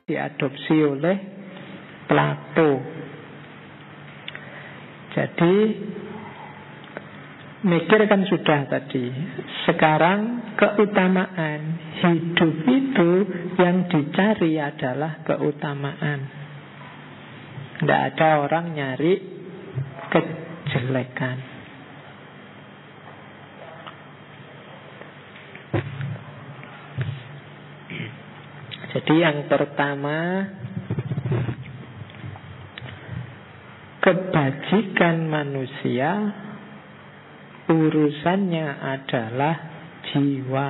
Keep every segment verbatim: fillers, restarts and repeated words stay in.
diadopsi oleh Plato. Jadi mikir kan sudah tadi. Sekarang keutamaan hidup itu yang dicari adalah keutamaan. Tidak ada orang nyari kejelekan. Jadi yang pertama, kebajikan manusia urusannya adalah jiwa.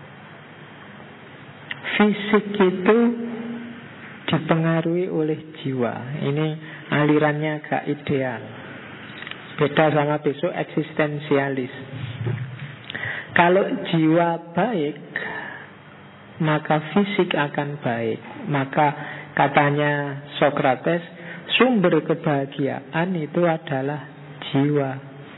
Fisik itu dipengaruhi oleh jiwa. Ini alirannya agak ideal. Beda sama besok eksistensialis. Kalau jiwa baik, maka fisik akan baik. Maka katanya Sokrates, sumber kebahagiaan itu adalah jiwa.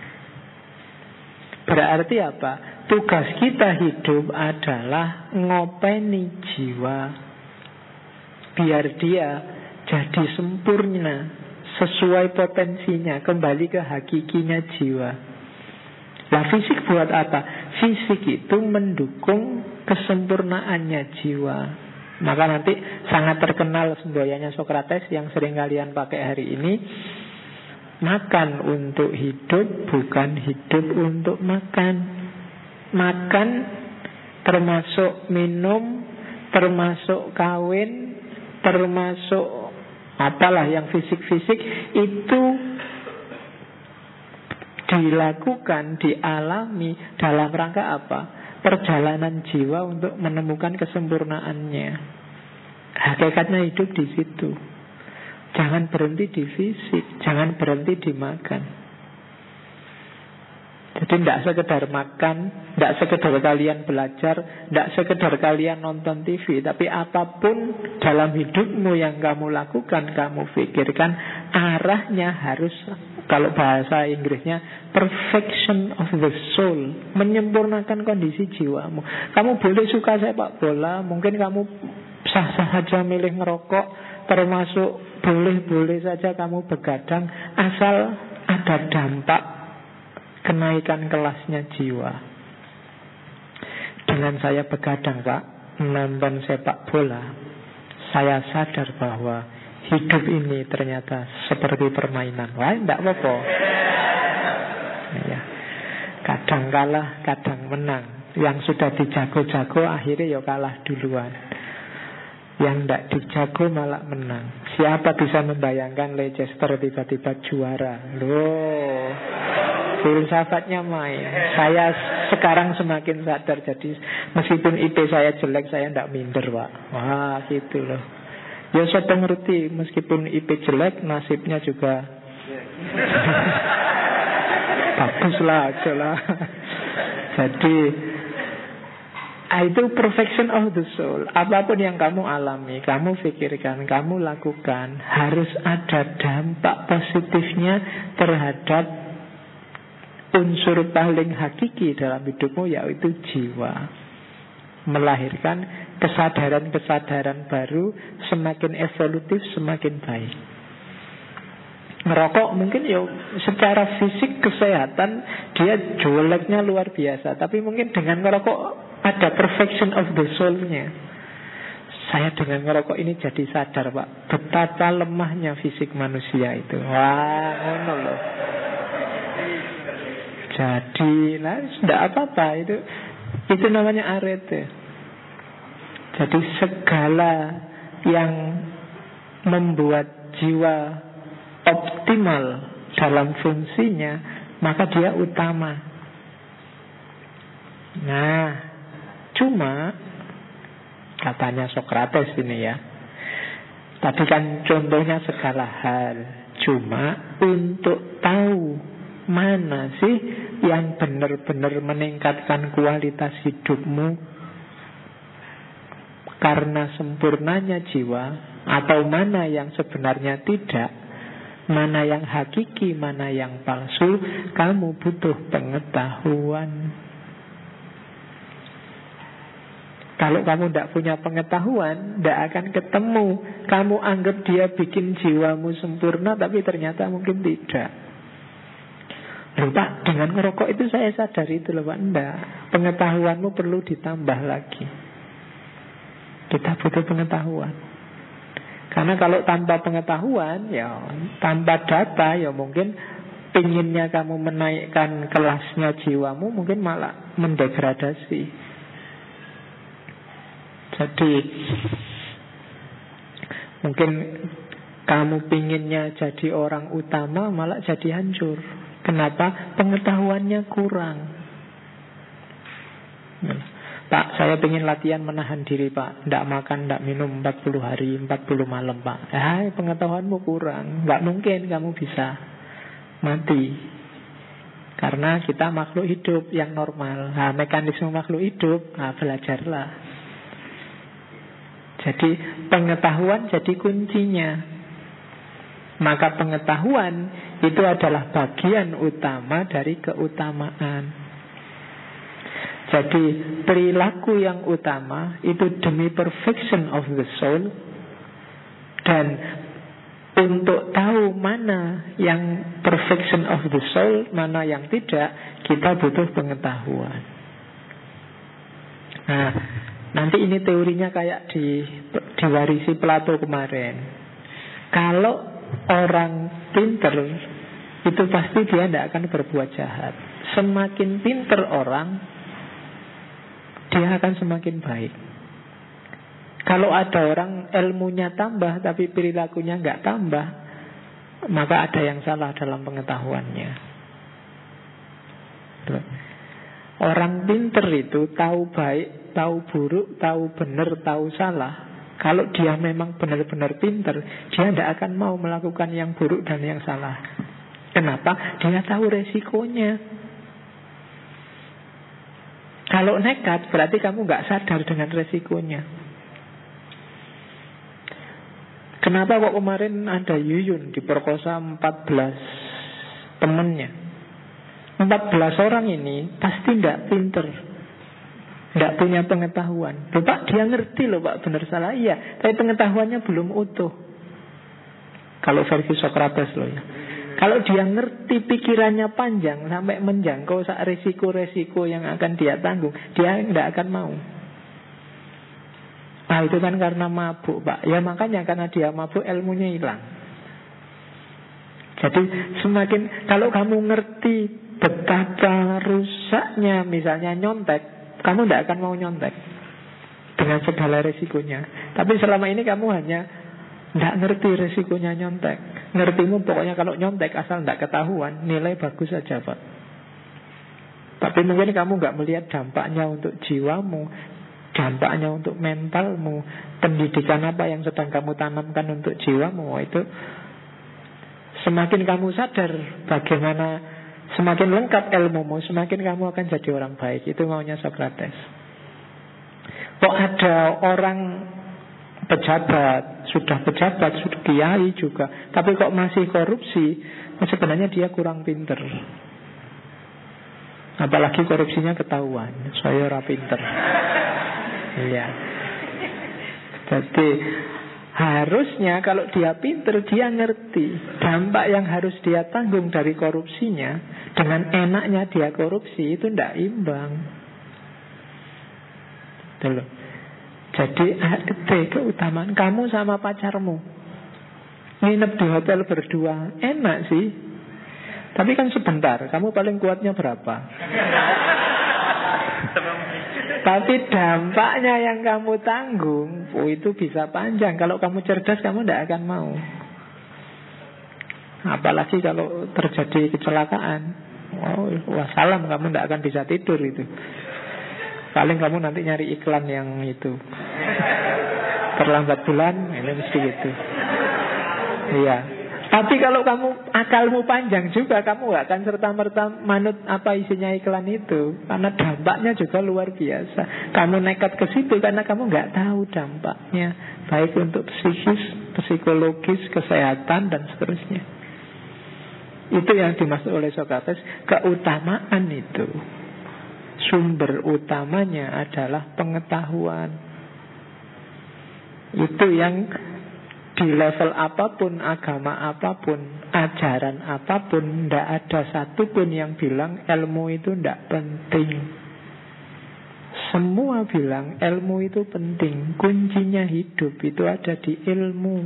Berarti apa? Tugas kita hidup adalah ngopeni jiwa, biar dia jadi sempurna, sesuai potensinya, kembali ke hakikinya jiwa. Nah, fisik buat apa? Fisik itu mendukung kesempurnaannya jiwa. Maka nanti sangat terkenal semboyannya Sokrates yang sering kalian pakai hari ini. Makan untuk hidup, bukan hidup untuk makan. Makan termasuk minum, termasuk kawin, termasuk apalah yang fisik-fisik, itu dilakukan, dialami dalam rangka apa? Perjalanan jiwa untuk menemukan kesempurnaannya. Hakikatnya hidup di situ. Jangan berhenti di fisik, jangan berhenti di makan. Jadi tidak sekedar makan, tidak sekedar kalian belajar, tidak sekedar kalian nonton T V, tapi apapun dalam hidupmu yang kamu lakukan, kamu pikirkan, arahnya harus, kalau bahasa Inggrisnya, perfection of the soul, menyempurnakan kondisi jiwamu. Kamu boleh suka sepak bola, mungkin kamu sah-sah saja milih ngerokok, termasuk boleh-boleh saja kamu begadang, asal ada dampak kenaikan kelasnya jiwa. Dengan saya begadang, Pak, menonton sepak bola, saya sadar bahwa hidup ini ternyata seperti permainan. Wah, tidak apa-apa. Ya. Kadang kalah, kadang menang. Yang sudah dijago-jago akhirnya ya kalah duluan. Yang tidak dijago malah menang. Siapa bisa membayangkan Leicester tiba-tiba juara? Loh, filsafatnya main. Saya sekarang semakin sadar. Jadi meskipun I P saya jelek, saya tidak minder, Pak. Wah, gitu loh. Ya saya ngerti, meskipun I P jelek, nasibnya juga baguslah aja lah. Jadi itu perfection of the soul. Apapun yang kamu alami, kamu pikirkan, kamu lakukan, harus ada dampak positifnya terhadap unsur paling hakiki dalam hidupmu, yaitu jiwa. Melahirkan kesadaran-kesadaran baru, semakin evolutif, semakin baik. Ngerokok mungkin ya secara fisik kesehatan dia jeleknya luar biasa, tapi mungkin dengan ngerokok ada perfection of the soul-nya. Saya dengan ngerokok ini jadi sadar, Pak, betapa lemahnya fisik manusia itu. Wah, ngono loh. Jadi, nah, tidak apa-apa itu. Itu namanya arete. Jadi segala yang membuat jiwa optimal dalam fungsinya, maka dia utama. Nah, cuma katanya Sokrates ini ya, tadi kan contohnya segala hal. Cuma untuk tahu mana sih yang benar-benar meningkatkan kualitas hidupmu karena sempurnanya jiwa, atau mana yang sebenarnya tidak, mana yang hakiki, mana yang palsu, kamu butuh pengetahuan. Kalau kamu tidak punya pengetahuan, tidak akan ketemu. Kamu anggap dia bikin jiwamu sempurna, tapi ternyata mungkin tidak. Loh Pak, dengan ngerokok itu saya sadar itu loh Pak. Tidak, pengetahuanmu perlu ditambah lagi. Kita butuh pengetahuan. Karena kalau tanpa pengetahuan, ya tanpa data, ya mungkin pinginnya kamu menaikkan kelasnya jiwamu, mungkin malah mendegradasi. Jadi mungkin kamu pinginnya jadi orang utama, malah jadi hancur. Kenapa? Pengetahuannya kurang. Pak, saya ingin latihan menahan diri Pak. Tidak makan, tidak minum empat puluh hari, empat puluh malam Pak. Eh, pengetahuanmu kurang. Tidak mungkin kamu bisa mati. Karena kita makhluk hidup yang normal. Nah, mekanisme makhluk hidup, nah, belajarlah. Jadi pengetahuan jadi kuncinya. Maka pengetahuan itu adalah bagian utama dari keutamaan. Jadi perilaku yang utama itu demi perfection of the soul. Dan untuk tahu mana yang perfection of the soul, mana yang tidak, kita butuh pengetahuan. Nah, nanti ini teorinya kayak di, diwarisi Plato kemarin. Kalau orang pinter, itu pasti dia tidak akan berbuat jahat. Semakin pinter orang, dia akan semakin baik. Kalau ada orang ilmunya tambah tapi perilakunya nggak tambah, maka ada yang salah dalam pengetahuannya. Orang pinter itu tahu baik, tahu buruk, tahu benar, tahu salah. Kalau dia memang benar-benar pinter, dia tidak akan mau melakukan yang buruk dan yang salah. Kenapa? Dia tahu resikonya. Kalau nekat, berarti kamu nggak sadar dengan resikonya. Kenapa kok kemarin ada Yuyun diperkosa empat belas temannya? empat belas orang ini pasti tidak pinter, tidak punya pengetahuan. Loh Pak, dia ngerti loh Pak, benar salah iya, tapi pengetahuannya belum utuh. Kalau versi Socrates loh ya. Kalau dia ngerti, pikirannya panjang sampai menjangkau resiko-resiko yang akan dia tanggung, dia tidak akan mau. Nah itu kan karena mabuk Pak. Ya makanya karena dia mabuk, ilmunya hilang. Jadi semakin, kalau kamu ngerti betapa rusaknya misalnya nyontek, kamu tidak akan mau nyontek dengan segala resikonya. Tapi selama ini kamu hanya tidak ngerti resikonya nyontek. Ngertimu pokoknya kalau nyontek asal tidak ketahuan, nilai bagus saja Pak. Tapi mungkin kamu nggak melihat dampaknya untuk jiwamu, dampaknya untuk mentalmu, pendidikan apa yang sedang kamu tanamkan untuk jiwamu. Itu semakin kamu sadar bagaimana, semakin lengkap ilmumu, semakin kamu akan jadi orang baik. Itu maunya Socrates. Kok ada orang pejabat, sudah pejabat, sudah kiai juga, tapi kok masih korupsi, sebenarnya dia kurang pinter. Apalagi korupsinya ketahuan, saya ora pinter. Iya. Jadi harusnya kalau dia pinter, dia ngerti dampak yang harus dia tanggung dari korupsinya. Dengan enaknya dia korupsi, itu tidak imbang. Betul. Jadi ada keutamaan. Kamu sama pacarmu nginep di hotel berdua, enak sih, tapi kan sebentar. Kamu paling kuatnya berapa? Tapi dampaknya yang kamu tanggung, oh itu bisa panjang. Kalau kamu cerdas, kamu tidak akan mau. Apalagi kalau terjadi kecelakaan, oh, wassalam, kamu tidak akan bisa tidur itu. Paling kamu nanti nyari iklan yang itu, terlambat bulan, ini mesti gitu. Iya. Tapi kalau kamu akalmu panjang juga, kamu gak akan serta-merta manut apa isinya iklan itu, karena dampaknya juga luar biasa. Kamu nekat ke situ karena kamu gak tahu dampaknya, baik untuk psikis, psikologis, kesehatan dan seterusnya. Itu yang dimaksud oleh Socrates, keutamaan itu. sumber utamanya adalah pengetahuan. Itu yang di level apapun, agama apapun, ajaran apapun, tidak ada satupun yang bilang ilmu itu tidak penting. Semua bilang ilmu itu penting. Kuncinya hidup itu ada di ilmu.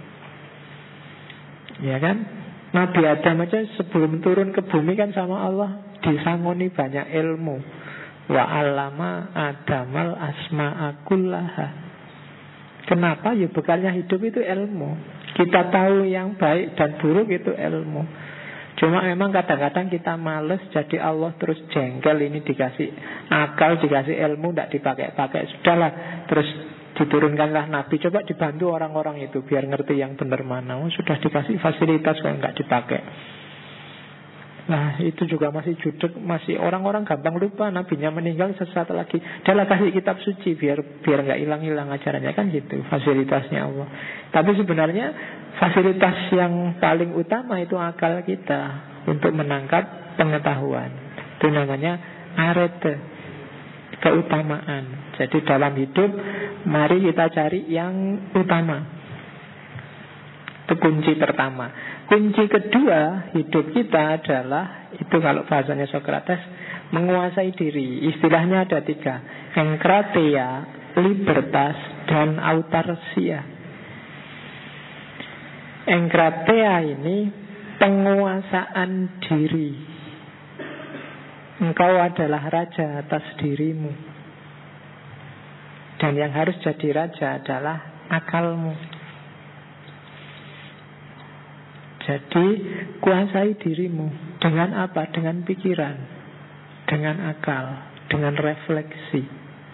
Ya kan? Nabi Adam aja sebelum turun ke bumi kan sama Allah disangoni banyak ilmu. Wa 'allama Adamal asma'a kullaha. Kenapa? Ya bekalnya hidup itu ilmu. Kita tahu yang baik dan buruk itu ilmu. Cuma memang kadang-kadang kita males, jadi Allah terus jengkel. Ini dikasih akal, dikasih ilmu, tidak dipakai-pakai. Sudahlah, terus diturunkanlah Nabi. Coba dibantu orang-orang itu biar ngerti yang benar mana. Oh, sudah dikasih fasilitas kok nggak dipakai. Nah itu juga masih judek, masih orang-orang gampang lupa. Nabinya meninggal sesaat lagi, adalah kasih kitab suci biar biar nggak hilang-hilang ajarannya, kan gitu fasilitasnya Allah. Tapi sebenarnya fasilitas yang paling utama itu akal kita untuk menangkap pengetahuan. Itu namanya arete, keutamaan. Jadi dalam hidup mari kita cari yang utama. Itu kunci pertama. Kunci kedua hidup kita adalah, itu kalau bahasanya Sokrates, menguasai diri. Istilahnya ada tiga: enkrateia, libertas, dan autarsia. Enkrateia ini penguasaan diri. Engkau adalah raja atas dirimu. Dan yang harus jadi raja adalah akalmu. Jadi kuasai dirimu. Dengan apa? Dengan pikiran, dengan akal, dengan refleksi.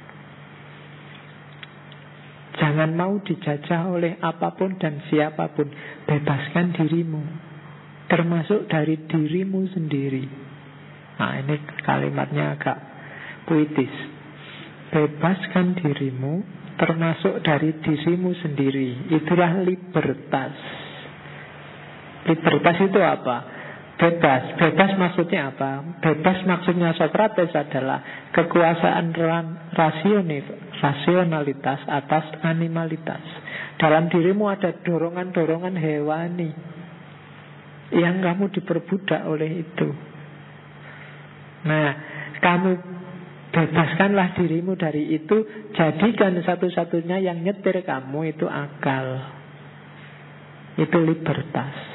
Jangan mau dijajah oleh apapun dan siapapun. Bebaskan dirimu, termasuk dari dirimu sendiri. Nah ini kalimatnya agak puitis. Bebaskan dirimu, termasuk dari dirimu sendiri. Itulah libertas. Libertas itu apa? Bebas. Bebas maksudnya apa? Bebas maksudnya Sokrates adalah kekuasaan rasionalitas atas animalitas. Dalam dirimu ada dorongan-dorongan hewani yang kamu diperbudak oleh itu. Nah, kamu bebaskanlah dirimu dari itu. Jadikan satu-satunya yang nyetir kamu itu akal. Itu libertas.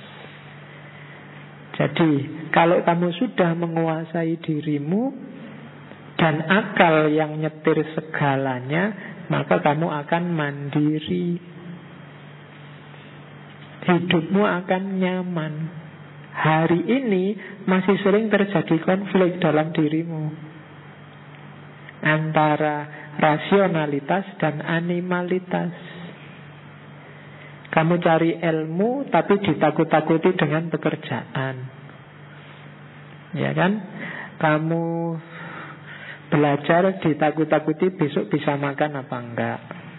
Jadi kalau kamu sudah menguasai dirimu dan akal yang nyetir segalanya, maka kamu akan mandiri. Hidupmu akan nyaman. Hari ini masih sering terjadi konflik dalam dirimu antara rasionalitas dan animalitas. Kamu cari ilmu tapi ditakut-takuti dengan pekerjaan. Ya kan? Kamu belajar ditakut-takuti besok bisa makan apa enggak.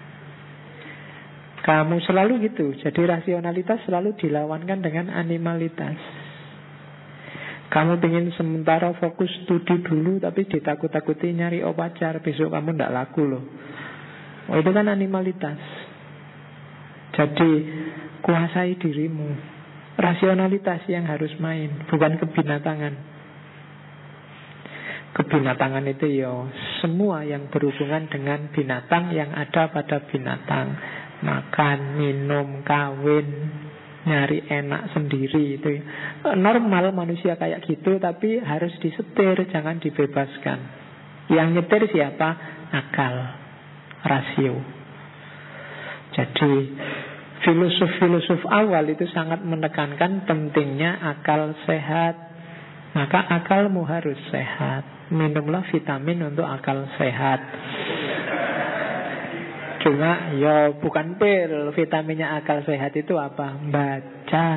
Kamu selalu gitu. Jadi rasionalitas selalu dilawankan dengan animalitas. Kamu ingin sementara fokus studi dulu tapi ditakut-takuti nyari pacar, besok kamu enggak laku loh. Oh, itu kan animalitas. Jadi kuasai dirimu. Rasionalitas yang harus main, bukan kebinatangan. Kebinatangan itu ya semua yang berhubungan dengan binatang, yang ada pada binatang. Makan, minum, kawin, nyari enak sendiri. Itu normal manusia kayak gitu, tapi harus disetir, jangan dibebaskan. Yang nyetir siapa? Akal, rasio. Jadi filosof-filosof awal itu sangat menekankan pentingnya akal sehat. Maka akalmu harus sehat. Minumlah vitamin untuk akal sehat. Cuma ya bukan pil. Vitaminnya akal sehat itu apa? Baca.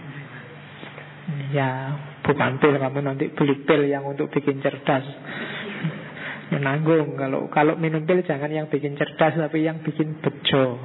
Ya bukan pil. Kamu nanti beli pil yang untuk bikin cerdas. Menanggung. Kalau kalau minum pil jangan yang bikin cerdas, tapi yang bikin bejo.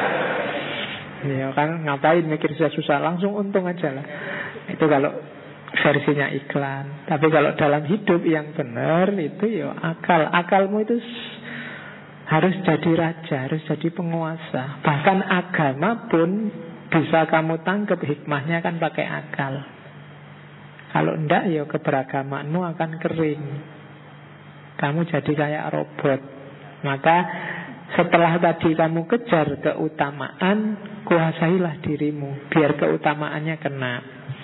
Ya kan, ngapain mikir susah-susah, langsung untung aja lah. Itu kalau versinya iklan. Tapi kalau dalam hidup yang benar itu ya akal. Akalmu itu harus jadi raja, harus jadi penguasa. Bahkan agama pun bisa kamu tangkap hikmahnya kan pakai akal. Kalau enggak ya keberagamaanmu akan kering. Kamu jadi kayak robot. Maka setelah tadi kamu kejar keutamaan, kuasailah dirimu biar keutamaannya kena.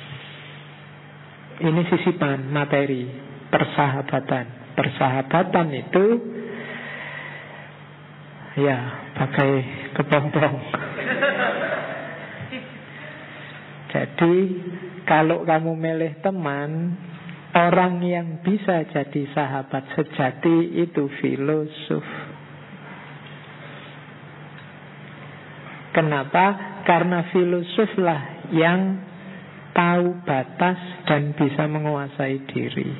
Ini sisipan materi persahabatan. Persahabatan itu ya pakai kepompong. Jadi kalau kamu milih teman, orang yang bisa jadi sahabat sejati itu filosof. Kenapa? Karena filosoflah yang tahu batas dan bisa menguasai diri.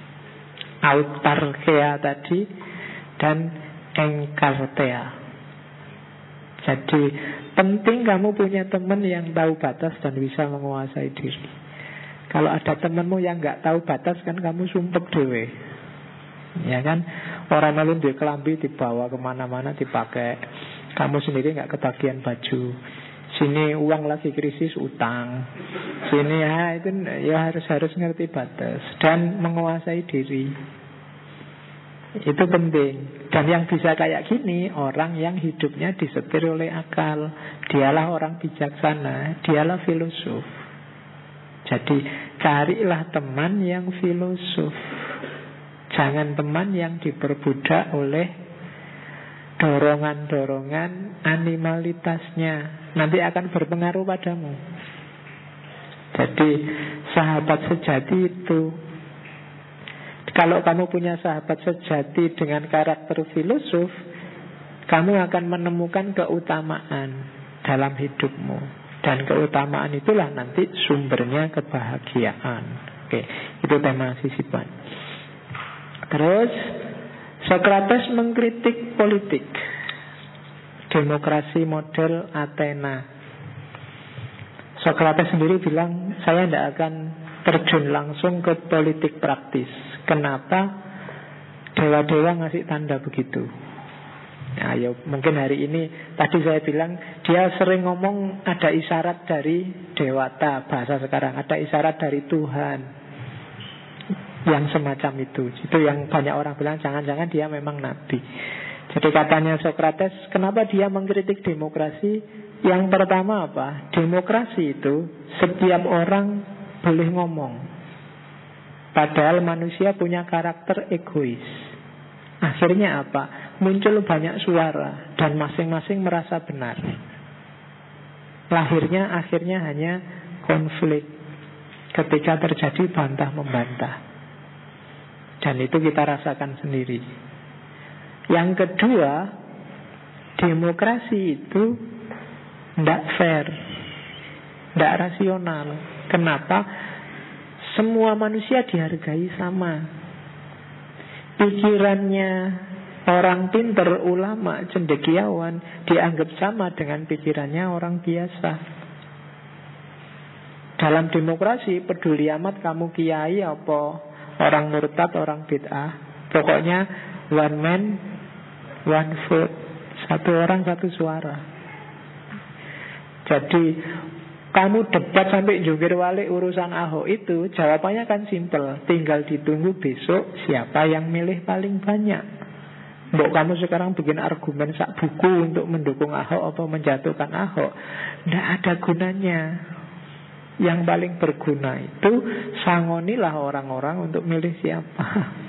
Autarkia tadi dan enkartea. Jadi penting kamu punya teman yang tahu batas dan bisa menguasai diri. Kalau ada temanmu yang nggak tahu batas kan kamu sumpek dewe. Ya kan? Orang lain dia kelambi dibawa kemana-mana dipakai. Kamu sendiri nggak kebagian baju. Sini uang lagi krisis utang. Sini ya itu ya harus harus ngerti batas dan menguasai diri. Itu penting. Dan yang bisa kayak gini orang yang hidupnya disetir oleh akal. Dialah orang bijaksana. Dialah filosof. Jadi carilah teman yang filosof. Jangan teman yang diperbudak oleh dorongan-dorongan animalitasnya. Nanti akan berpengaruh padamu. Jadi sahabat sejati itu, kalau kamu punya sahabat sejati dengan karakter filosof, kamu akan menemukan keutamaan dalam hidupmu. Dan keutamaan itulah nanti sumbernya kebahagiaan. Oke, itu tema sisipan. Terus Sokrates mengkritik politik, demokrasi model Athena. Sokrates sendiri bilang, saya tidak akan terjun langsung ke politik praktis. Kenapa? Dewa-dewa ngasih tanda begitu. Nah, ya, mungkin hari ini, tadi saya bilang, dia sering ngomong ada isyarat dari dewata, bahasa sekarang, ada isyarat dari Tuhan. Yang semacam itu. Itu yang banyak orang bilang, jangan-jangan dia memang nabi. Jadi katanya Sokrates, kenapa dia mengkritik demokrasi? Yang pertama apa? Demokrasi itu setiap orang boleh ngomong. Padahal manusia punya karakter egois. Akhirnya apa? Muncul banyak suara dan masing-masing merasa benar. Lahirnya akhirnya hanya konflik ketika terjadi bantah-membantah. Dan itu kita rasakan sendiri. Yang kedua, demokrasi itu tidak fair, tidak rasional. Kenapa? Semua manusia dihargai sama. Pikirannya orang pinter, ulama, cendekiawan dianggap sama dengan pikirannya orang biasa. Dalam demokrasi peduli amat kamu kiai apa orang murtad, orang bid'ah. Pokoknya one man, one vote. Satu orang, satu suara. Jadi kamu debat sampai jungkir balik urusan Ahok itu, jawabannya kan simpel. Tinggal ditunggu besok siapa yang milih paling banyak. Mbok kamu sekarang bikin argumen sak buku untuk mendukung Ahok atau menjatuhkan Ahok, tidak ada gunanya. Yang paling berguna itu sangonilah orang-orang untuk milih siapa.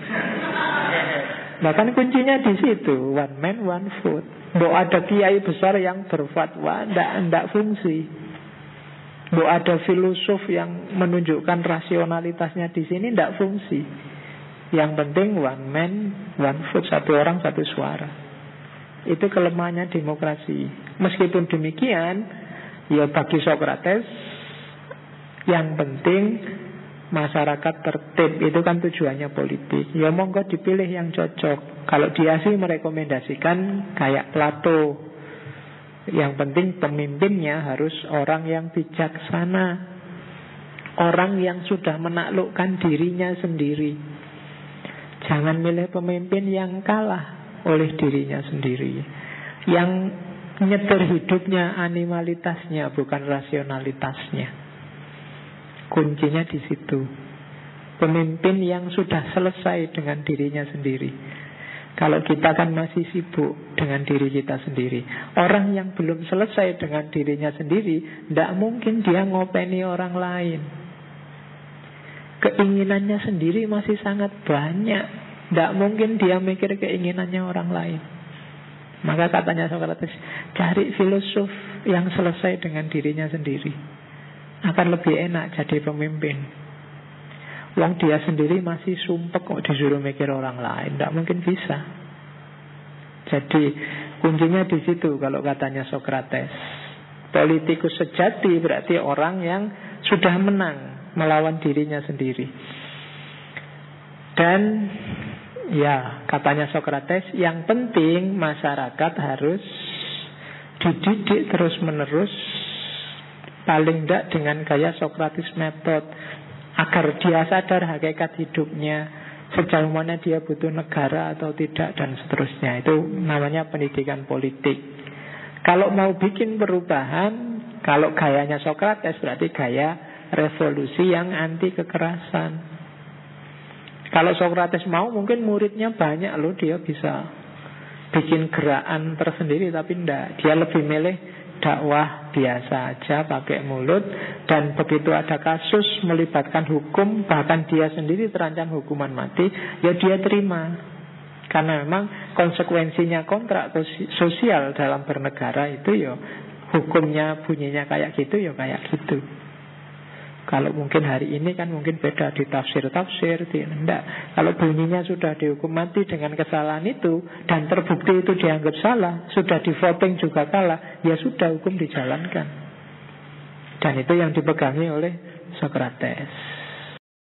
Nah kan kuncinya di situ, one man one vote. Mbok ada kiai besar yang berfatwa, ndak ndak fungsi. Mbok ada filosof yang menunjukkan rasionalitasnya di sini, ndak fungsi. Yang penting one man one vote, satu orang satu suara. Itu kelemahannya demokrasi. Meskipun demikian, ya bagi Sokrates yang penting masyarakat tertib. Itu kan tujuannya politik. Ya monggo dipilih yang cocok. Kalau dia sih merekomendasikan kayak Plato, yang penting pemimpinnya harus orang yang bijaksana. orang yang sudah menaklukkan dirinya sendiri. Jangan milih pemimpin yang kalah oleh dirinya sendiri, yang nyetir hidupnya animalitasnya, bukan rasionalitasnya. Kuncinya di situ. Pemimpin yang sudah selesai dengan dirinya sendiri. Kalau kita kan masih sibuk dengan diri kita sendiri. Orang yang belum selesai dengan dirinya sendiri, tidak mungkin dia ngopeni orang lain. Keinginannya sendiri masih sangat banyak. Tidak mungkin dia mikir keinginannya orang lain. Maka katanya Sokrates, cari filosof yang selesai dengan dirinya sendiri. Akan lebih enak jadi pemimpin. Wong dia sendiri masih sumpek kok disuruh mikir orang lain, tidak mungkin bisa. Jadi kuncinya di situ kalau katanya Sokrates. Politikus sejati berarti orang yang sudah menang melawan dirinya sendiri. Dan ya katanya Sokrates, yang penting masyarakat harus dididik terus menerus, paling tidak dengan gaya Sokrates method, agar dia sadar hakikat hidupnya, sejauh mana dia butuh negara atau tidak, dan seterusnya. Itu namanya pendidikan politik. Kalau mau bikin perubahan, kalau gayanya Sokrates berarti gaya revolusi yang anti kekerasan. Kalau Sokrates mau, mungkin muridnya banyak loh, dia bisa bikin gerakan tersendiri, tapi enggak. Dia lebih milih dakwah biasa aja pakai mulut, dan begitu ada kasus melibatkan hukum, bahkan dia sendiri terancam hukuman mati, ya dia terima. Karena memang konsekuensinya kontrak sosial dalam bernegara itu ya hukumnya bunyinya kayak gitu ya kayak gitu. Kalau mungkin hari ini kan mungkin beda di tafsir-tafsir, tidak. Kalau bunyinya sudah dihukum mati dengan kesalahan itu dan terbukti itu dianggap salah, sudah di voting juga kalah, ya sudah hukum dijalankan. Dan itu yang dipegangi oleh Sokrates.